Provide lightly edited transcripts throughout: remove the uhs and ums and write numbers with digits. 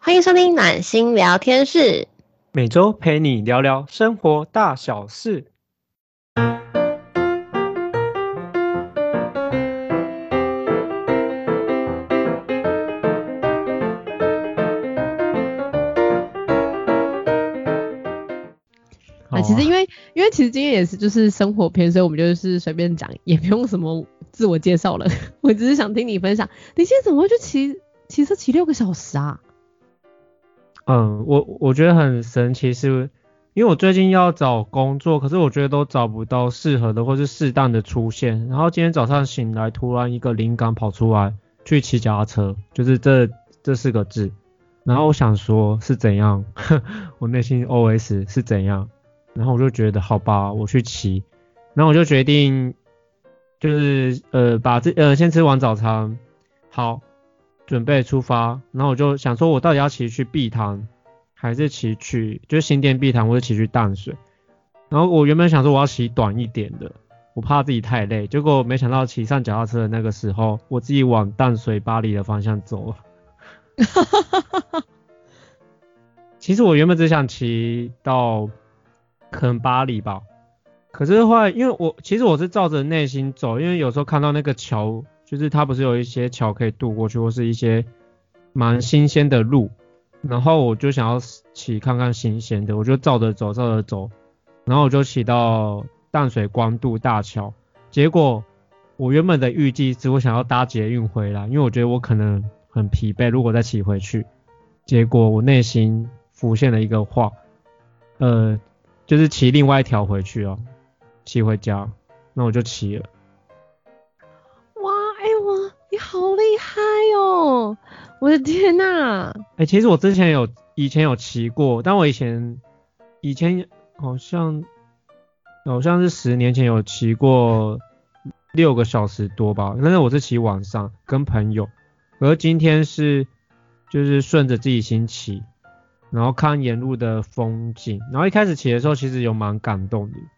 欢迎收听暖心聊天室， 每周陪你聊聊生活大小事。 其实因为其实今天也是就是生活篇，所以我们就是随便讲，也不用什么自我介绍了。我只是想听你分享，你今天怎么会去骑车骑6个小时啊？ 我觉得很神奇是，因为我最近要找工作，可是我觉得都找不到适合的或是适当的出现。然后今天早上醒来，突然一个灵感跑出来，去骑脚踏车，就是这4个字。然后我想说是怎样，我内心 OS 是怎样。然后我就觉得好吧，我去骑。然后我就决定，就是先吃完早餐，好，准备出发。然后我就想说，我到底要骑去碧潭，还是骑去就是新店碧潭，或者骑去淡水。然后我原本想说我要骑短一点的，我怕自己太累。结果没想到骑上脚踏车的那个时候，我自己往淡水巴黎的方向走了。其实我原本只想骑到可能巴黎吧，可是后来因为其实我是照着内心走，因为有时候看到那个桥，就是它不是有一些桥可以渡过去，或是一些蛮新鲜的路，然后我就想要骑看看新鲜的，我就照着走，然后我就骑到淡水关渡大桥。结果我原本的预计是我想要搭捷运回来，因为我觉得我可能很疲惫，如果再骑回去。结果我内心浮现了一个话，就是骑另外一条回去哦，骑回家，那我就骑了。 哇，你好厉害哦！我的天哪！ 其实我以前有骑过，但我以前好像是10年前有骑过6个小时多吧，但是我是骑晚上跟朋友，而今天就是顺着自己心骑。然后看沿路的风景，然后一开始骑的时候其实有蛮感动的。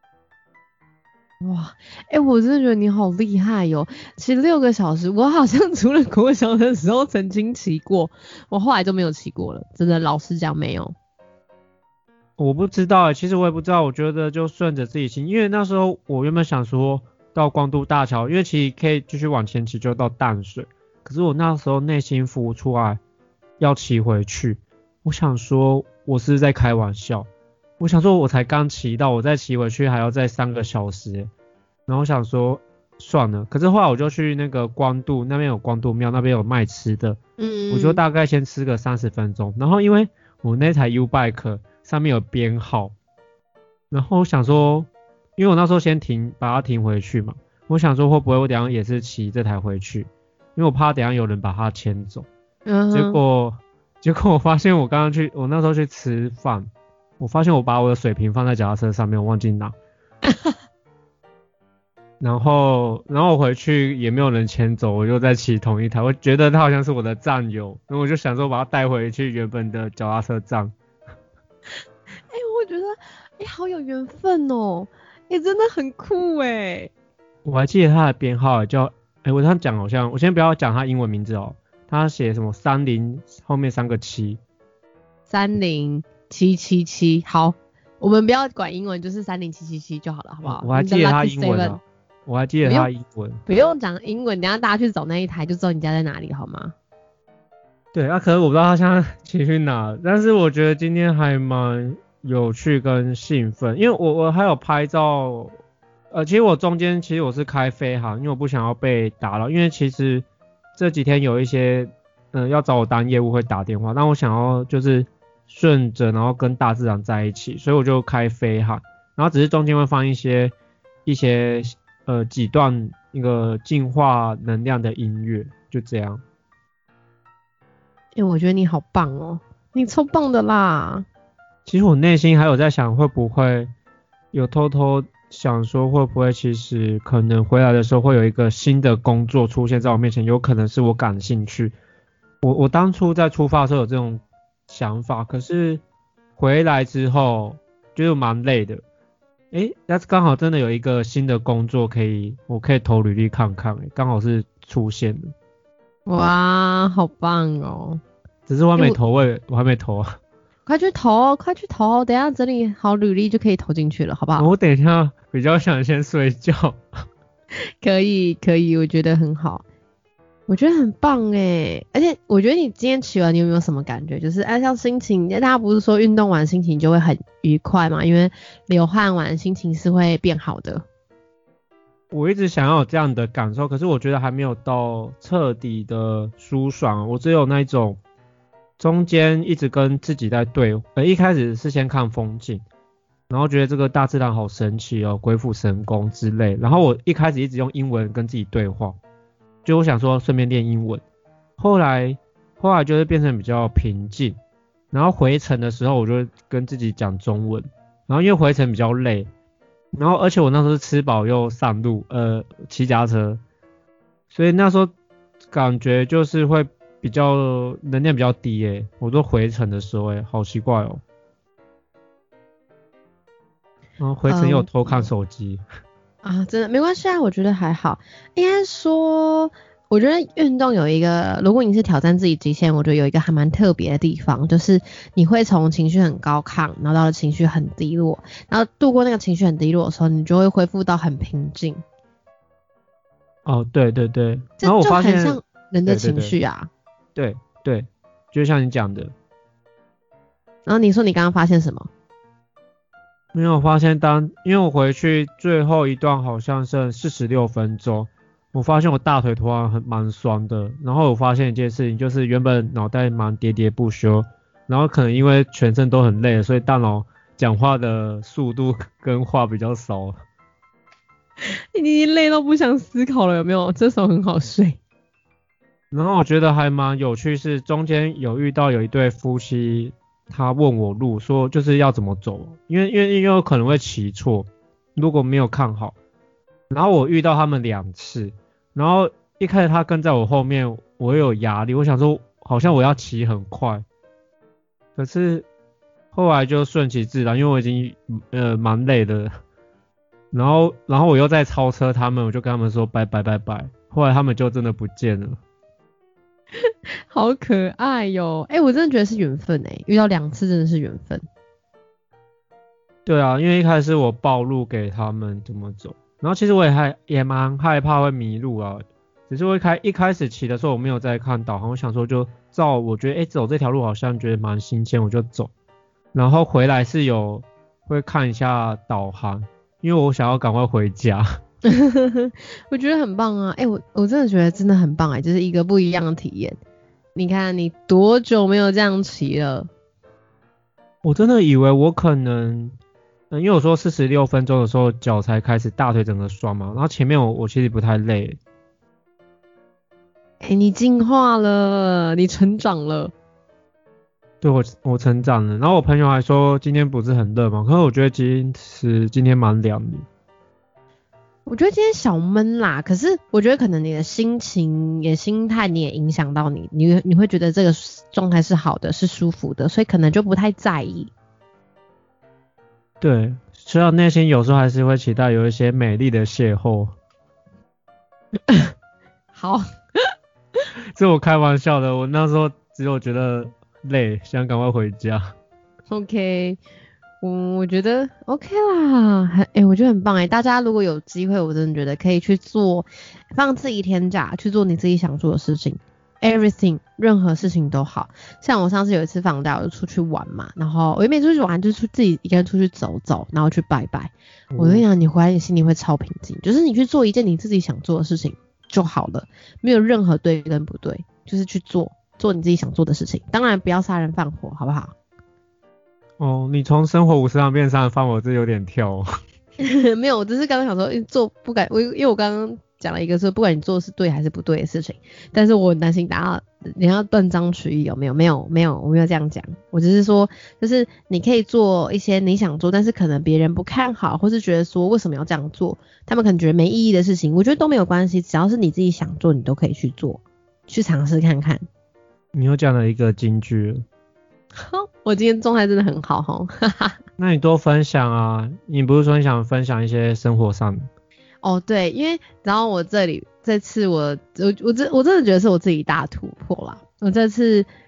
哇，我真的觉得你好厉害哟！骑6个小时，我好像除了国小的时候曾经骑过，我后来就没有骑过了，真的，老实讲没有。 我不知道其实我也不知道，我觉得就顺着自己心，因为那时候我原本想说到关渡大桥，因为其实可以继续往前骑就到淡水，可是我那时候内心浮出来要骑回去。我想说我是在开玩笑，我想说我才刚骑到，我再骑回去还要再3个小时。然后我想说算了，可是后来我就去那个关渡，那边有关渡庙，那边有卖吃的，我就大概先吃个30分钟。然后因为我那台 U-Bike 上面有编号，然后我想说，因为我那时候先把它停回去嘛，我想说会不会我等一下也是骑这台回去，因为我怕等一下有人把它牵走。结果我发现我那时候去吃饭，我发现我把我的水瓶放在脚踏车上面，我忘记拿。然后我回去也没有人牵走，我就再骑同一台，我觉得他好像是我的战友，然后我就想说把他带回去原本的脚踏车站。 我觉得好有缘分哦，真的很酷耶。 我还记得他的编号叫我这样讲好像，我先不要讲他英文名字哦，他写什么30后面3个7 30777，好，我们不要管英文，就是30777就好了，好不好？ 我还记得他英文我还记得他英文， 不用讲英文，等一下大家去找那一台就知道你家在哪里，好吗？ 对可是我不知道他现在骑去哪，但是我觉得今天还蛮有趣跟兴奋，因为我还有拍照。其实我中间我是开飞航，因为我不想要被打扰，因为其实这几天有一些要找我当业务会打电话，但我想要就是顺着然后跟大自然在一起，所以我就开飞航，然后只是中间会放一些几段那个净化能量的音乐，就这样。 我觉得你好棒哦，你超棒的啦。 其实我内心还有在想，会不会有偷偷想说，会不会其实可能回来的时候会有一个新的工作出现在我面前，有可能是我感兴趣。我当初在出发的时候有这种想法，可是回来之后就蛮累的。那刚好真的有一个新的工作我可以投履历看看，刚好是出现了。 哇，好棒哦！ 只是我还没投我还没投啊。 快去投，快去投，等一下整理好履历就可以投进去了，好不好？ 我等一下比较想先睡觉。 可以，我觉得很好，我觉得很棒诶。而且我觉得你今天骑完，你有没有什么感觉？就是像心情，大家不是说运动完心情就会很愉快嘛？因为流汗完心情是会变好的。 我一直想要有这样的感受，可是我觉得还没有到彻底的舒爽，我只有那种中间一直跟自己在对，一开始是先看风景，然后觉得这个大自然好神奇哦，鬼斧神工之类，然后我一开始一直用英文跟自己对话，就我想说顺便练英文，后来就会变成比较平静，然后回程的时候我就跟自己讲中文，然后因为回程比较累，然后而且我那时候是吃饱又上路，骑脚踏车，所以那时候感觉就是会比较能量比较低耶，我都回程的时候好奇怪哦。然后回程又偷看手机。 真的没关系啊，我觉得还好。应该说，我觉得运动有一个，如果你是挑战自己极限，我觉得有一个还蛮特别的地方，就是你会从情绪很高亢，然后到了情绪很低落，然后度过那个情绪很低落的时候，你就会恢复到很平静。 哦，对，然后我发现就很像人的情绪啊。 对，就像你讲的。 然后你说你刚刚发现什么？ 没有发现因为我回去最后一段好像剩46分钟，我发现我大腿突然蛮酸的，然后我发现一件事情，就是原本脑袋蛮喋喋不休，然后可能因为全身都很累，所以大脑讲话的速度跟话比较少。 你已经累到不想思考了，有没有？这时候很好睡。 然后我觉得还蛮有趣，是中间有遇到有一对夫妻，他问我路，说就是要怎么走，因为有可能会骑错，如果没有看好。然后我遇到他们2次，然后一开始他跟在我后面，我有压力，我想说好像我要骑很快，可是后来就顺其自然，因为我已经蛮累的。然后我又在超车他们，我就跟他们说拜拜，后来他们就真的不见了。 好可爱哟！我真的觉得是缘分遇到2次真的是缘分。 对啊，因为一开始我报路给他们怎么走，然后其实我也蛮害怕会迷路啊，只是我一开始骑的时候我没有在看导航，我想说就照我觉得走这条路好像觉得蛮新鲜，我就走，然后回来是会看一下导航，因为我想要赶快回家。 我觉得很棒啊！我真的觉得真的很棒就是一个不一样的体验。你看你多久没有这样骑了？ 我真的以为我可能，因为我说46分钟的时候脚才开始大腿整个酸嘛，然后前面我其实不太累。 你进化了，你成长了。 对，我成长了。然后我朋友还说今天不是很热嘛，可是我觉得今天蛮凉的。 我觉得今天小闷啦，可是我觉得可能你的心情、你的心态你也影响到你会觉得这个状态是好的、是舒服的，所以可能就不太在意。 对，虽然内心有时候还是会期待有一些美丽的邂逅。 好， 这我开玩笑的，我那时候只有觉得累，想赶快回家。 OK。我觉得 OK 啦，我觉得很棒大家如果有机会，我真的觉得可以去做，放自己天假去做你自己想做的事情 ，everything 任何事情都好。像我上次有一次放假，我就出去玩嘛，然后我也没出去玩，就是自己一个人出去走走，然后去拜拜。我跟你讲，你回来你心里会超平静，就是你去做一件你自己想做的事情就好了，没有任何对跟不对，就是去做你自己想做的事情，当然不要杀人放火，好不好？ 哦，你从生活50上变杀人放火，这有点跳。 没有，我只是刚刚想说做不敢，因为我刚刚讲了一个说不管你做的是对还是不对的事情，但是我很担心你要断章取义，有没有？没有，我没有这样讲，我只是说就是你可以做一些你想做，但是可能别人不看好，或是觉得说为什么要这样做，他们可能觉得没意义的事情，我觉得都没有关系，只要是你自己想做，你都可以去做，去尝试看看。你又讲了一个金句了。 我今天状态真的很好齁， 那你多分享啊，你不是说你想分享一些生活上的？ 哦对，因为然后我这次我真的觉得是我自己大突破啦，我这次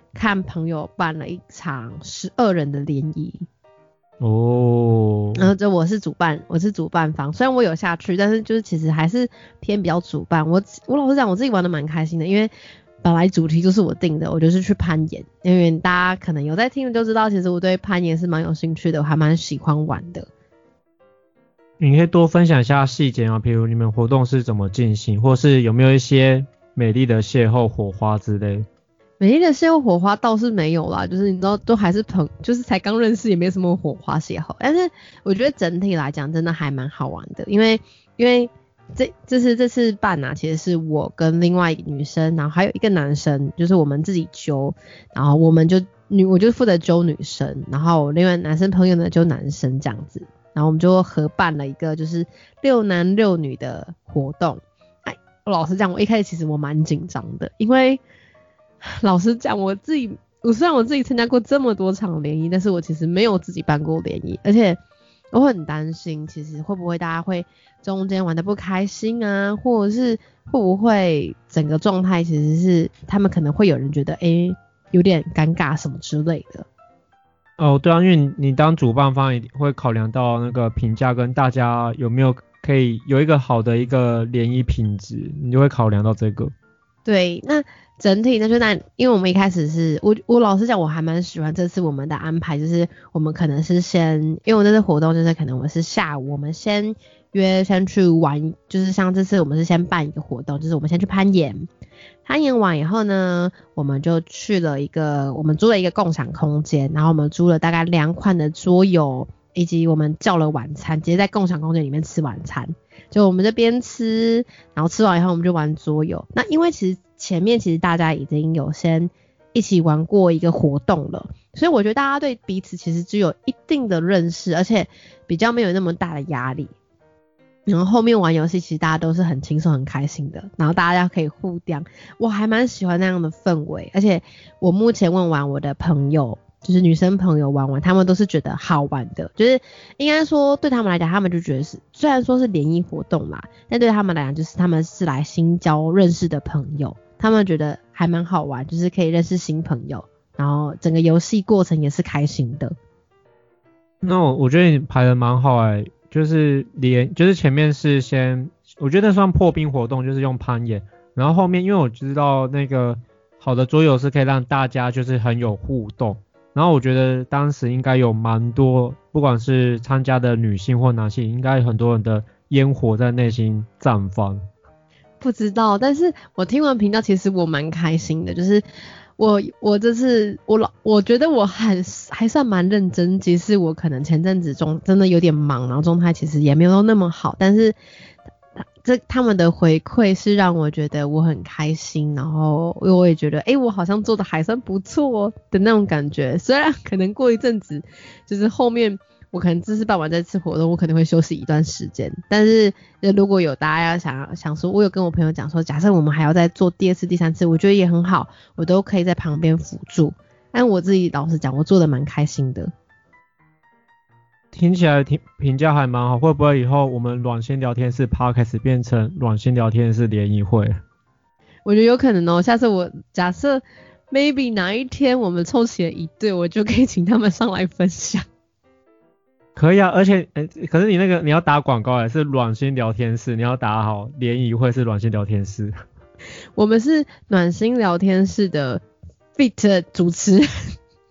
看朋友办了一场12人的联谊。 哦， 然后就我是主办方，虽然我有下去，但是就是其实还是偏比较主办。我老实讲，我自己玩的蛮开心的，因为本来主题就是我定的，我就是去攀岩。因为大家可能有在听的就知道，其实我对攀岩是蛮有兴趣的，我还蛮喜欢玩的。 你可以多分享一下细节吗？比如你们活动是怎么进行，或是有没有一些美丽的邂逅火花之类？ 美丽的邂逅火花倒是没有啦，就是你知道都还是就是才刚认识，也没有什么火花邂逅。但是我觉得整体来讲真的还蛮好玩的，因为这次办啊，其实是我跟另外一个女生，然后还有一个男生，就是我们自己揪，然后我就负责揪女生，然后我另外男生朋友呢揪男生这样子，然后我们就合办了一个就是6男6女的活动。老实讲，我一开始其实我蛮紧张的，因为老实讲，虽然我自己参加过这么多场联谊，但是我其实没有自己办过联谊，而且我很担心，其实会不会大家会中间玩得不开心啊，或者是会不会整个状态其实是他们可能会有人觉得有点尴尬什么之类的。 哦，对啊，因为你当主办方一定会考量到那个评价跟大家有没有可以有一个好的一个联谊品质，你就会考量到这个。 对，那整体呢，因为我们一开始是我老实讲，我还蛮喜欢这次我们的安排，就是我们可能是因为我这次活动就是可能我是下午我们先去玩，就是像这次我们是先办一个活动，就是我们先去攀岩完以后呢，我们就我们租了一个共享空间，然后我们租了大概2款的桌游，以及我们叫了晚餐，直接在共享空间里面吃晚餐。就我们这边吃，然后吃完以后我们就玩桌游。那因为前面大家已经有先一起玩过一个活动了，所以我觉得大家对彼此其实只有一定的认识，而且比较没有那么大的压力。然后后面玩游戏其实大家都是很轻松很开心的，然后大家可以互刁，我还蛮喜欢那样的氛围。而且我目前问完我的朋友，就是女生朋友玩完，他们都是觉得好玩的，就是应该说对他们来讲，他们就觉得虽然说是联谊活动啦，但对他们来讲就是他们是来新交认识的朋友，他们觉得还蛮好玩，就是可以认识新朋友，然后整个游戏过程也是开心的。 那我觉得你排的蛮好就是前面是我觉得算破冰活动，就是用攀岩，然后后面因为我知道那个好的桌游是可以让大家就是很有互动，然后我觉得当时应该有蛮多，不管是参加的女性或男性，应该有很多人的烟火在内心绽放。 不知道，但是我听完频道，其实我蛮开心的，就是我这次我觉得我还算蛮认真，即使我可能前阵子真的有点忙，然后状态其实也没有那么好，但是他们的回馈是让我觉得我很开心，然后我也觉得我好像做的还算不错的那种感觉。虽然可能过一阵子，就是后面我可能这次办完这次活动，我可能会休息一段时间，但是如果有大家要想说，我有跟我朋友讲说，假设我们还要再做第2次、第3次，我觉得也很好，我都可以在旁边辅助。但我自己老实讲，我做的蛮开心的。 听起来评价还蛮好，会不会以后我们软性聊天室 Podcast 变成软性聊天室联谊会？ 我觉得有可能哦，下次假设 maybe 哪一天我们凑齐了一对，我就可以请他们上来分享。 可以啊，而且可是你要打广告是软心聊天室，你要打好联谊会是软心聊天室。 我们是暖心聊天室的 fit 主持人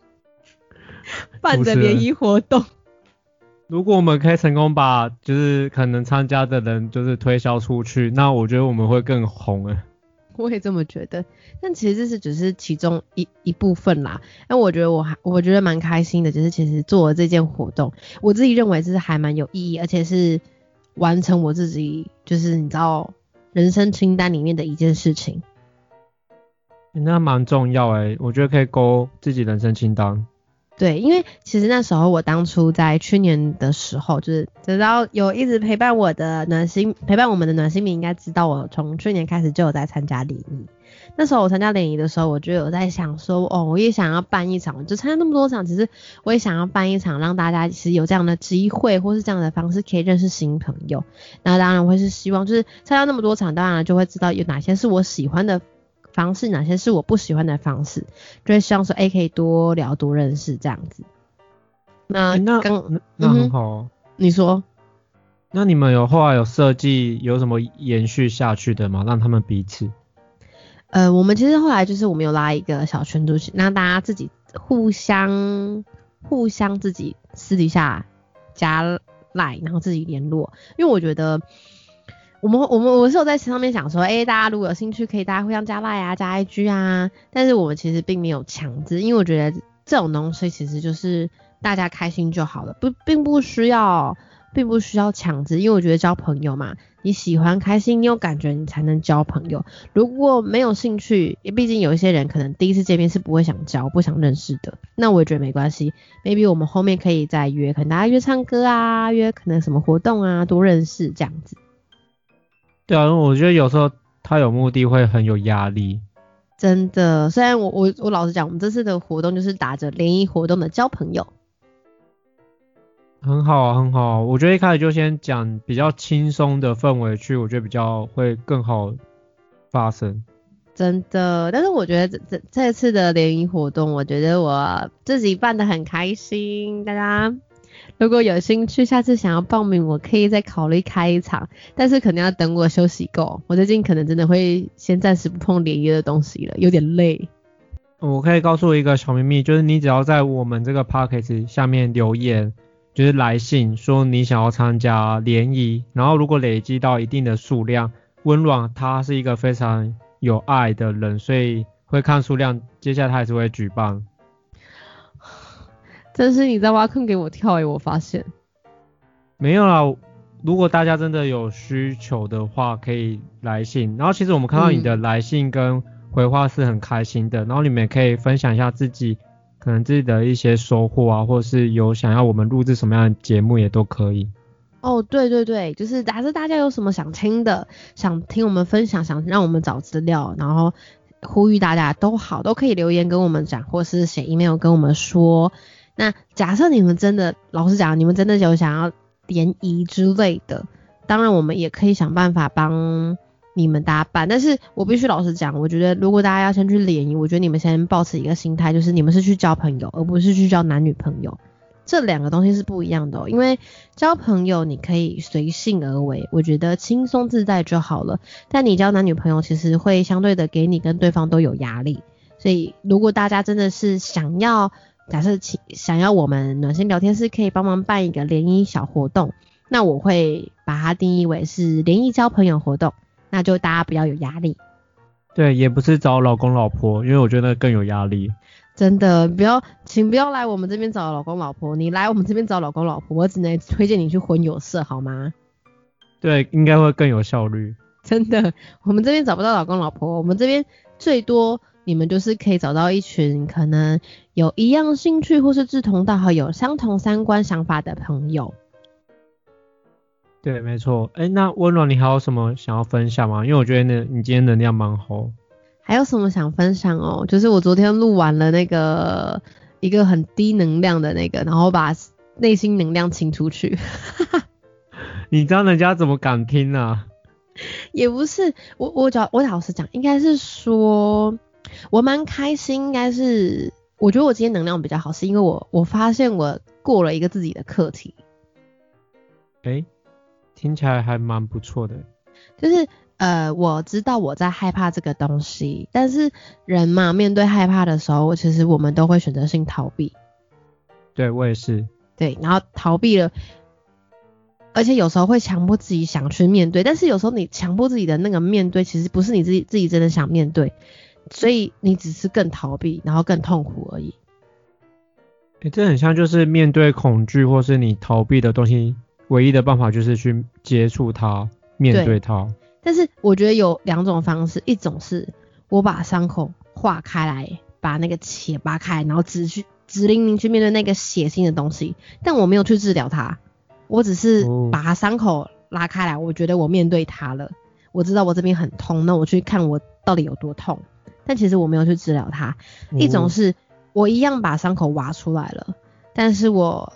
办的联谊活动。 如果我们可以成功把就是可能参加的人就是推销出去，那我觉得我们会更红我也这么觉得，但其实这只是其中一部分啦。那我觉得蛮开心的，就是其实做了这件活动，我自己认为这是还蛮有意义，而且是完成我自己就是你知道人生清单里面的一件事情。 那蛮重要我觉得可以勾自己人生清单。 对，因为其实那时候我当初在去年的时候，就是知道有一直陪伴我们的暖心民应该知道我从去年开始就有在参加联谊。那时候我参加联谊的时候，我就有在想说，我也想要办一场，就参加那么多场，其实我也想要办一场，让大家其实有这样的机会或是这样的方式可以认识新朋友。那当然会是希望就是参加那么多场，当然就会知道有哪些是我喜欢的方式，哪些是我不喜欢的方式，就会希望说可以多聊多认识这样子。那很好哦。 你说， 那你们后来有设计有什么延续下去的吗？让他们彼此？ 我们其实后来就是我们有拉一个小群组群，让大家自己互相自己私底下加 LINE， 然后自己联络。因为我觉得我是有在上面想说，大家如果有兴趣可以大家互相加 LINE 啊，加 IG 啊，但是我们其实并没有强制，因为我觉得这种东西其实就是大家开心就好了，并不需要强制，因为我觉得交朋友嘛，你喜欢开心，你有感觉你才能交朋友。如果没有兴趣，毕竟有一些人可能第一次见面是不会想交、不想认识的，那我也觉得没关系。maybe 我们后面可以再约，可能大家约唱歌啊，约可能什么活动啊，多认识这样子。 对啊，我觉得有时候他有目的会很有压力。 真的，虽然我老实讲，我们这次的活动就是打着联谊活动的交朋友。 很好啊，很好啊。我觉得一开始就先讲比较轻松的氛围去，我觉得比较会更好发生。 真的，但是我觉得这次的联谊活动，我觉得我自己办得很开心。大家如果有兴趣，下次想要报名，我可以再考虑开一场，但是可能要等我休息够。我最近可能真的会先暂时不碰联谊的东西了，有点累。 我可以告诉一个小秘密，就是你只要在我们这个 podcast 下面留言，就是来信说你想要参加联谊，然后如果累积到一定的数量，温暖他是一个非常有爱的人，所以会看数量，接下来他还是会举办。 真是你在挖坑给我跳我发现。 没有啦，如果大家真的有需求的话，可以来信。然后其实我们看到你的来信跟回话是很开心的，然后你们也可以分享一下自己可能自己的一些收获啊，或是有想要我们录制什么样的节目也都可以。 哦，对对对，就是假设大家有什么想听的，想听我们分享，想让我们找资料，然后呼吁大家都好，都可以留言跟我们讲，或是写 email 跟我们说。那假设你们真的，老实讲，你们真的有想要联谊之类的，当然我们也可以想办法帮你们大家办。但是我必须老实讲，我觉得如果大家要先去联谊，我觉得你们先抱持一个心态，就是你们是去交朋友，而不是去交男女朋友。这两个东西是不一样的因为交朋友你可以随性而为，我觉得轻松自在就好了。但你交男女朋友其实会相对的给你跟对方都有压力，所以如果大家真的是想要，假设想要我们暖心聊天室可以帮忙办一个联谊小活动，那我会把它定义为是联谊交朋友活动，那就大家不要有压力。 对，也不是找老公老婆，因为我觉得更有压力。 真的请不要来我们这边找老公老婆，你来我们这边找老公老婆，我只能推荐你去婚友社好吗？ 对，应该会更有效率。 真的，我们这边找不到老公老婆，我们这边最多你们就是可以找到一群可能有一样兴趣或是志同道合、有相同三观想法的朋友。 对，没错。那温暖，你还有什么想要分享吗？因为我觉得你今天能量蛮好。 还有什么想分享就是我昨天录完了那个一个很低能量的那个，然后把内心能量倾出去。 你知道人家怎么敢听啊？ 也不是，我老实讲，应该是说我蛮开心，应该是我觉得我今天能量比较好，是因为我发现我过了一个自己的课题。 听起来还蛮不错的。 就是我知道我在害怕这个东西，但是人嘛，面对害怕的时候，其实我们都会选择性逃避。 对，我也是。 对，然后逃避了，而且有时候会强迫自己想去面对，但是有时候你强迫自己的那个面对，其实不是你自己真的想面对，所以你只是更逃避，然后更痛苦而已。 这很像就是面对恐惧或是你逃避的东西，唯一的办法就是去接触它，面对它。但是我觉得有两种方式，一种是我把伤口化开来，把那个血扒开，然后直淋淋去面对那个血腥的东西，但我没有去治疗它，我只是把伤口拉开来，我觉得我面对它了，我知道我这边很痛，那我去看我到底有多痛，但其实我没有去治疗它。一种是我一样把伤口挖出来了，但是我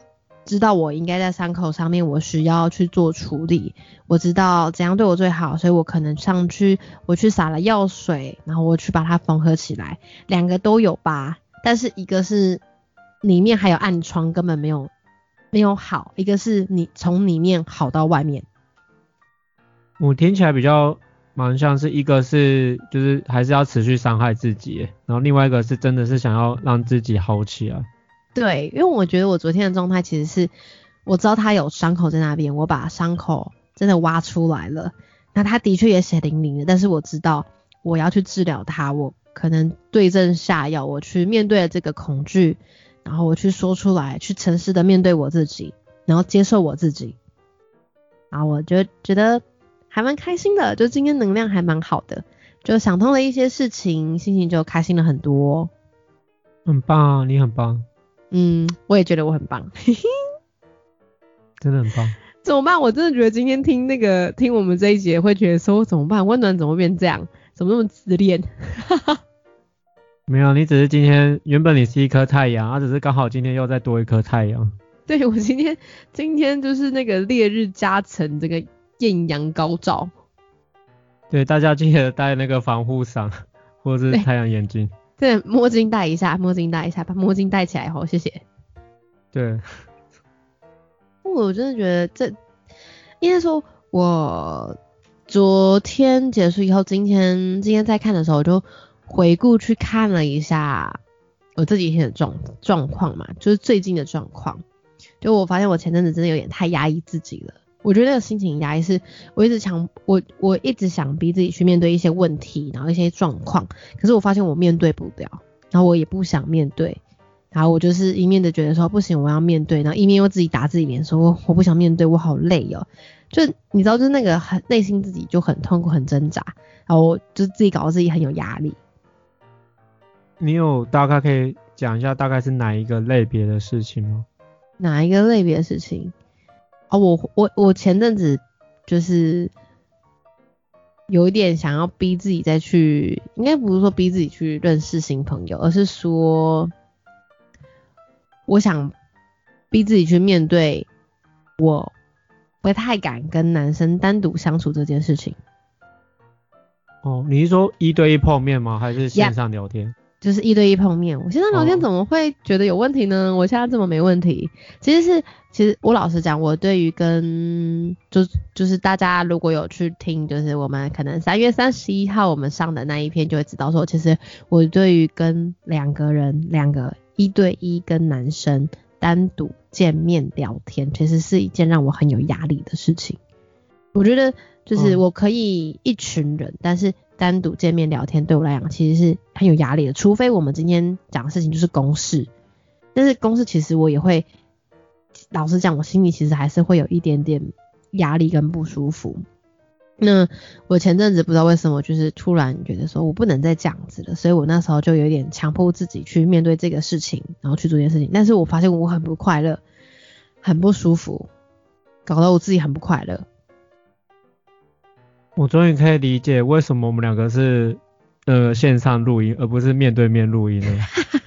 知道我应该在伤口上面我需要去做处理，我知道怎样对我最好，所以我可能我去撒了药水，然后我去把它缝合起来，两个都有疤，但是一个是里面还有暗疮根本没有好，一个是你从里面好到外面。 我听起来比较蛮像是一个是就是还是要持续伤害自己，然后另外一个是真的是想要让自己好起来。 对，因为我觉得我昨天的状态其实是我知道他有伤口在那边，我把伤口真的挖出来了，那他的确也血淋淋的，但是我知道我要去治疗它，我可能对症下药，我去面对了这个恐惧，然后我去说出来，去诚实的面对我自己，然后接受我自己，然后我就觉得还蛮开心的，就今天能量还蛮好的，就想通了一些事情，心情就开心了很多。 很棒啊，你很棒。 我也觉得我很棒。 真的很棒。 怎么办？我真的觉得今天听我们这一节会觉得说怎么办？温暖怎么变这样？怎么那么自恋？ 没有，你只是今天原本你是一颗太阳，只是刚好今天又再多一颗太阳。 对，我今天就是那个烈日加成，这个艳阳高照。 对，大家记得戴那个防护伞或者是太阳眼镜。 对，墨镜戴一下，把墨镜戴起来后，谢谢。 对。 我真的觉得应该说，我昨天结束以后，今天在看的时候，我就回顾去看了一下我这几天的状况嘛，就是最近的状况。就我发现我前阵子真的有点太压抑自己了。我觉得那个心情压抑是我一直想逼自己去面对一些问题，然后一些状况，可是我发现我面对不了，然后我也不想面对，然后我就是一面的觉得说不行我要面对，然后一面又自己打自己脸说我不想面对，我好累哦，就你知道就是那个内心自己就很痛苦很挣扎，然后就自己搞得自己很有压力。 你有大概可以讲一下大概是哪一个类别的事情吗？ 哪一个类别的事情？我前阵子就是有一点想要逼自己再去，应该不是说逼自己去认识新朋友，而是说我想逼自己去面对我不太敢跟男生单独相处这件事情。 你是说1对1碰面吗？还是线上聊天？ 就是1对1碰面。我线上聊天怎么会觉得有问题呢？我现在这么没问题。其实我老实讲，我对于就是大家如果有去听，就是我们可能3月31号我们上的那一篇就会知道说，其实我对于跟两个1对1跟男生单独见面聊天，其实是一件让我很有压力的事情。我觉得就是我可以一群人，但是单独见面聊天对我来讲其实是很有压力的，除非我们今天讲的事情就是公事，但是公事其实我也会，老实讲我心里其实还是会有一点点压力跟不舒服。那我前阵子不知道为什么就是突然觉得说我不能再这样子了，所以我那时候就有点强迫自己去面对这个事情，然后去做这件事情，但是我发现我很不快乐，很不舒服，搞得我自己很不快乐。 我终于可以理解为什么我们两个是线上录音而不是面对面录音了。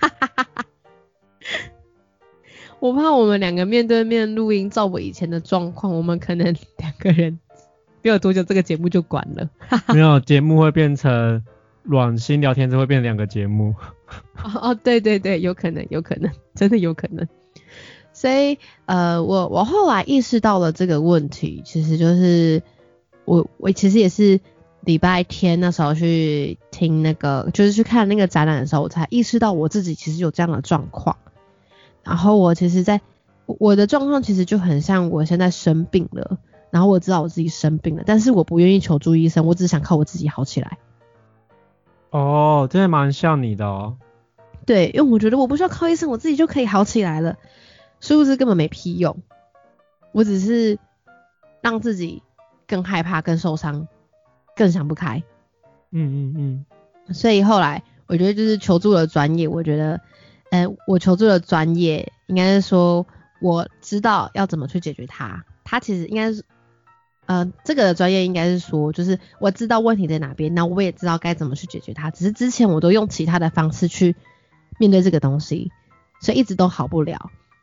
我怕我们两个面对面录音，照我以前的状况，我们可能两个人没有多久这个节目就关了。 没有，节目会变成软心聊天，就会变成2个节目。 对对对，有可能，真的有可能。所以我后来意识到了这个问题，其实就是我其实也是礼拜天那时候去听那个，就是去看那个展览的时候，我才意识到我自己其实有这样的状况。然后我其实在我的状况其实就很像我现在生病了，然后我知道我自己生病了，但是我不愿意求助医生，我只想靠我自己好起来。 真的蛮像你的哦。 对，因为我觉得我不需要靠医生，我自己就可以好起来了，殊不知根本没屁用，我只是让自己更害怕、更受伤、更想不开。所以后来我觉得就是求助了专业，我觉得我求助了专业，应该是说我知道要怎么去解决它。它其实应该是这个的专业应该是说，就是我知道问题在哪边，那我也知道该怎么去解决它，只是之前我都用其他的方式去面对这个东西，所以一直都好不了。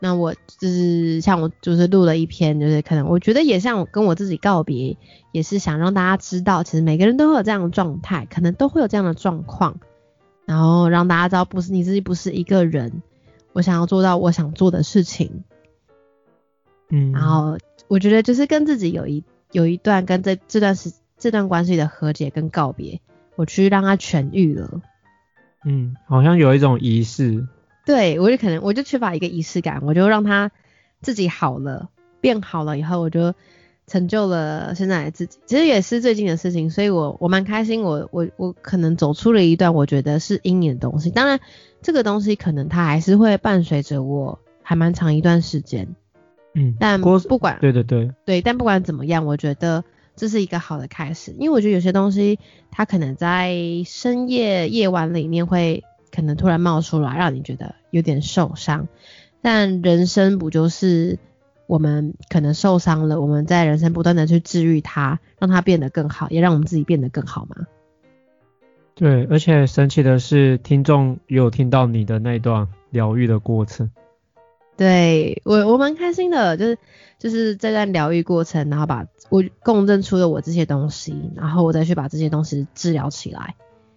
那我就是像我就是录了一篇，就是可能我觉得也像我跟我自己告别，也是想让大家知道，其实每个人都会有这样的状态，可能都会有这样的状况，然后让大家知道不是你自己不是一个人，我想要做到我想做的事情。然后我觉得就是跟自己有一段跟这段关系的和解跟告别，我去让它痊愈了。 好像有一种仪式。 对，我就缺乏一个仪式感，我就让他自己好了，变好了以后，我就成就了现在的自己。其实也是最近的事情，所以我蛮开心，我可能走出了一段我觉得是阴影的东西。当然，这个东西可能它还是会伴随着我还蛮长一段时间。但不管对，但不管怎么样，我觉得这是一个好的开始，因为我觉得有些东西它可能在深夜夜晚里面会可能突然冒出来，让你觉得有点受伤。但人生不就是我们可能受伤了，我们在人生不断的去治愈它，让它变得更好，也让我们自己变得更好吗？ 对，而且神奇的是，听众也有听到你的那段疗愈的过程。 对，我蛮开心的，就是这段疗愈过程，然后把我共振出了我这些东西，然后我再去把这些东西治疗起来。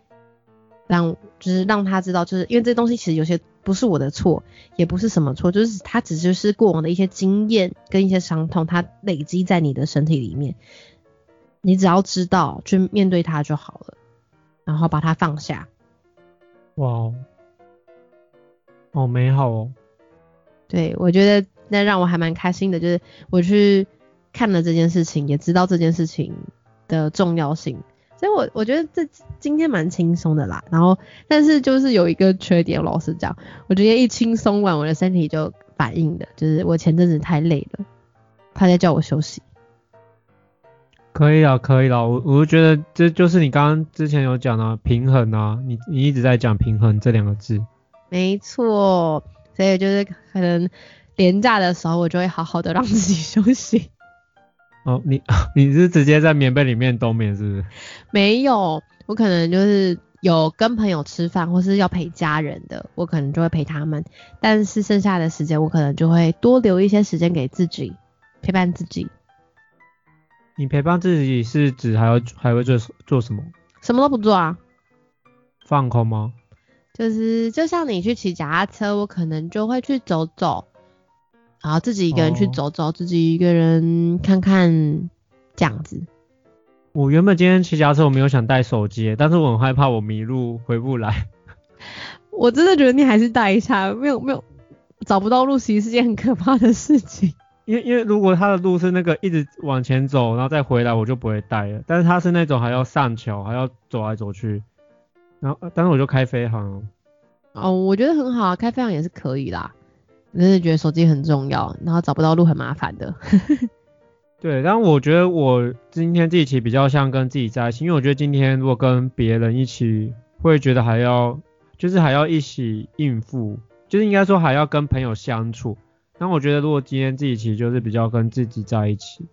就是让他知道，就是因为这些东西其实有些不是我的错，也不是什么错，就是它只是过往的一些经验跟一些伤痛，它累积在你的身体里面，你只要知道去面对它就好了，然后把它放下。 哇，好美好哦。 对，我觉得那让我还蛮开心的，就是我去看了这件事情，也知道这件事情的重要性。所以我觉得今天蛮轻松的啦，然后但是就是有一个缺点，老实讲，我觉得一轻松完我的身体就反应的，就是我前阵子太累了，他在叫我休息。 可以了，我就觉得这就是你刚刚之前有讲的平衡啊，你一直在讲平衡这两个字。没错，所以就是可能连假的时候我就会好好的让自己休息。 你是直接在棉被里面冬眠是不是？ 没有，我可能就是有跟朋友吃饭或是要陪家人的，我可能就会陪他们，但是剩下的时间我可能就会多留一些时间给自己，陪伴自己。 你陪伴自己是指还会做什么？ 什么都不做啊。 放空吗？ 就像你去骑脚踏车，我可能就会去走走，然后自己一个人去走走，自己一个人看看这样子。 我原本今天骑脚踏车我没有想带手机，但是我很害怕我迷路回不来。 我真的觉得你还是带一下，没有找不到路，其实是件很可怕的事情。 因为如果他的路是那个一直往前走，然后再回来，我就不会带了。但是他是那种还要上桥，还要走来走去，然后但是我就开飞航。 我觉得很好啊，开飞航也是可以啦。我真的觉得手机很重要，然后找不到路很麻烦的。 对，但我觉得我今天自己骑比较像跟自己在一起，因为我觉得今天如果跟别人一起，会觉得还要一起应付，就是应该说还要跟朋友相处。但我觉得如果今天自己骑，就是比较跟自己在一起。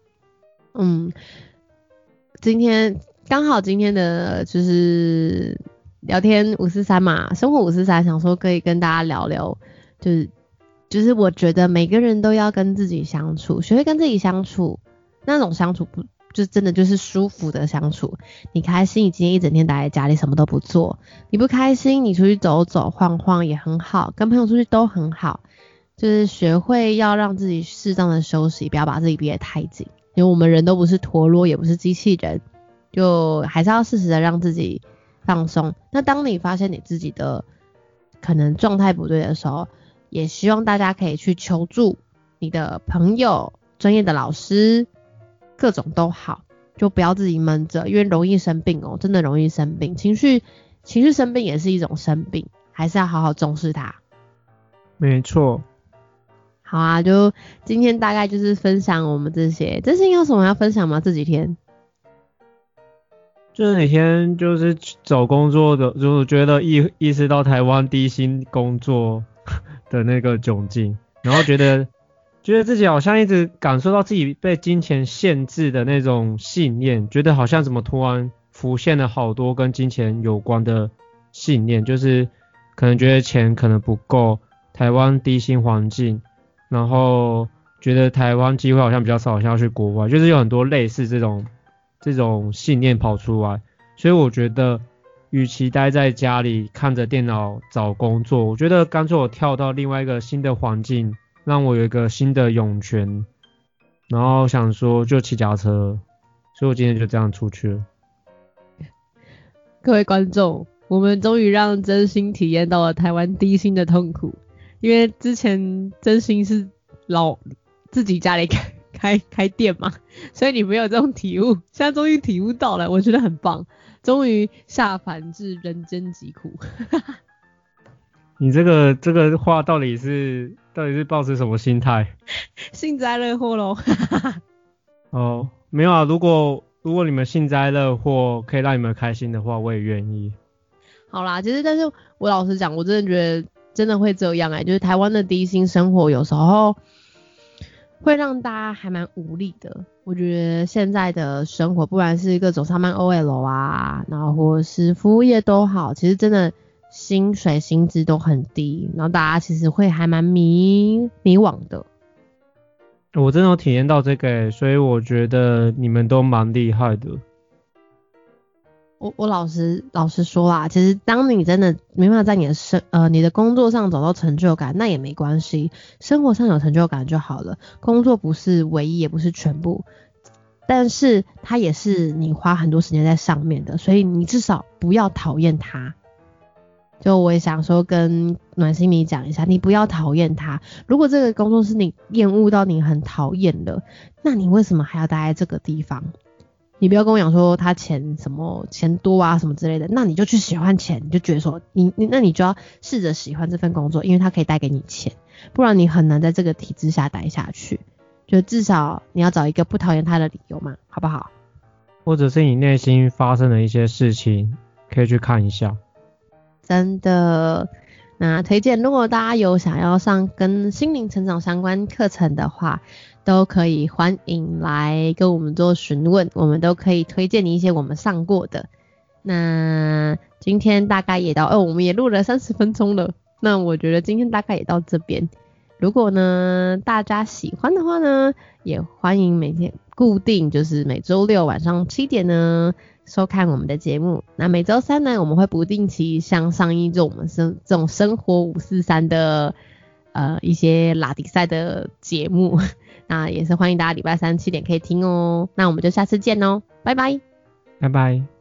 刚好今天的就是聊天543嘛，生活543，想说可以跟大家聊聊，就是我觉得每个人都要跟自己相处，学会跟自己相处，那种相处不就真的就是舒服的相处。你开心，你今天一整天待在家里什么都不做；你不开心，你出去走走晃晃也很好，跟朋友出去都很好。就是学会要让自己适当的休息，不要把自己逼得太紧，因为我们人都不是陀螺，也不是机器人，就还是要适时的让自己放松。那当你发现你自己的可能状态不对的时候，也希望大家可以去求助你的朋友、专业的老师，各种都好，就不要自己闷着，因为容易生病哦，真的容易生病。情绪生病也是一种生病，还是要好好重视它。 没错。 好啊，就今天大概就是分享我们这些。最近有什么要分享吗？这几天？ 这几天就是找工作的，就觉得意识到台湾低薪工作的那个窘境，然后觉得自己好像一直感受到自己被金钱限制的那种信念，觉得好像怎么突然浮现了好多跟金钱有关的信念，就是可能觉得钱可能不够，台湾低薪环境， 然后觉得台湾机会好像比较少，好像要去国外，就是有很多类似这种信念跑出来，所以我觉得与其待在家里看着电脑找工作，我觉得干脆我跳到另外一个新的环境，让我有一个新的涌泉，然后想说就骑脚踏车，所以我今天就这样出去了。 各位观众，我们终于让真心体验到了台湾低薪的痛苦，因为之前真心是自己家里开店嘛，所以你没有这种体悟，现在终于体悟到了，我觉得很棒，终于下凡至人间疾苦。 你这个话到底是抱持什么心态？ 幸灾乐祸咯。 哦，没有啊，如果你们幸灾乐祸可以让你们开心的话，我也愿意。 好啦，其实但是我老实讲，我真的觉得真的会这样就是台湾的低薪生活有时候会让大家还蛮无力的。我觉得现在的生活，不管是各种上班 OL 啊，然后或是服务业都好，其实真的薪水薪资都很低，然后大家其实会还蛮迷惘的。 我真的有体验到这个所以我觉得你们都蛮厉害的。 我老实说啦，其实当你真的没办法在你的工作上找到成就感，那也没关系，生活上有成就感就好了。工作不是唯一，也不是全部，但是它也是你花很多时间在上面的，所以你至少不要讨厌它。就我也想说跟暖心你讲一下，你不要讨厌它。如果这个工作是你厌恶到你很讨厌的，那你为什么还要待在这个地方？你不要跟我讲说他钱多啊什么之类的，那你就去喜欢钱，你就觉得说那你就要试着喜欢这份工作，因为它可以带给你钱，不然你很难在这个体制下待下去。就至少你要找一个不讨厌他的理由嘛，好不好？ 或者是你内心发生的一些事情，可以去看一下。 真的，那推荐如果大家有想要上跟心灵成长相关课程的话，都可以欢迎来跟我们做询问，我们都可以推荐你一些我们上过的。那今天大概也到我们也录了30分钟了，那我觉得今天大概也到这边。如果呢大家喜欢的话呢，也欢迎每天固定就是每周六晚上7点呢收看我们的节目。那每周三呢，我们会不定期像上一周我们这种生活543的一些拉迪赛的节目，那也是欢迎大家礼拜三7点可以听哦。那我们就下次见哦，拜拜， 拜拜。